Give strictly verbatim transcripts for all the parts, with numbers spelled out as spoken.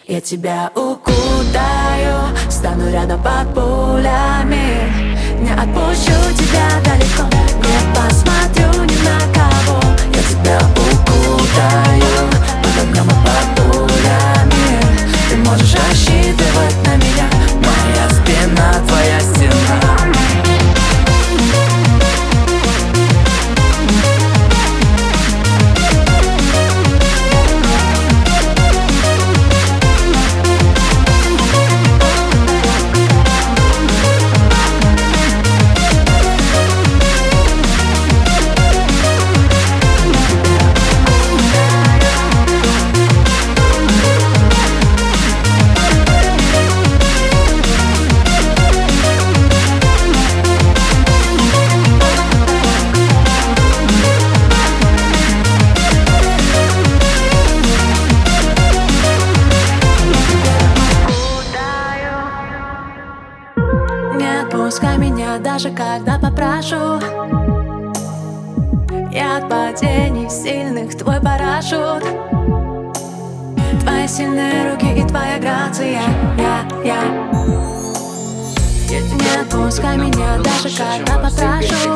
Я тебя укутаю, стану рядом под пулями. Не отпущу тебя далеко, не посмотрю ни на кого. Я тебя укутаю под огнем и под пулями. Ты можешь рассчитывать на меня, моя спина, твоя стена. Не отпускай меня, даже когда попрошу. Я от падений сильных твой парашют. Твои сильные руки и твоя грация. Я, я Не отпускай меня, даже когда попрошу.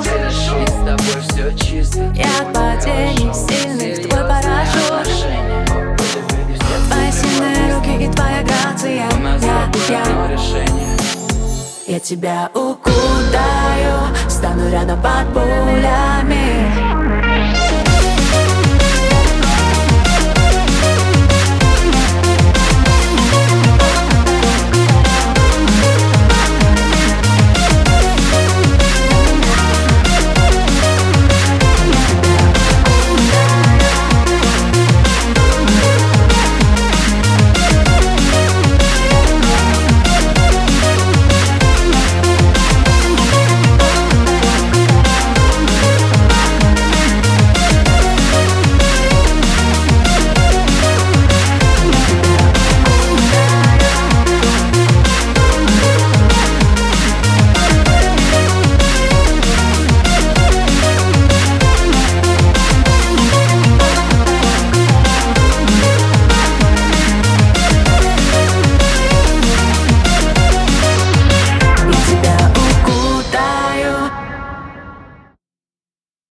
Я от падений сильных твой парашют. Твои сильные руки и твоя грация. Я, я Я тебя укутаю, стану рядом под пулями.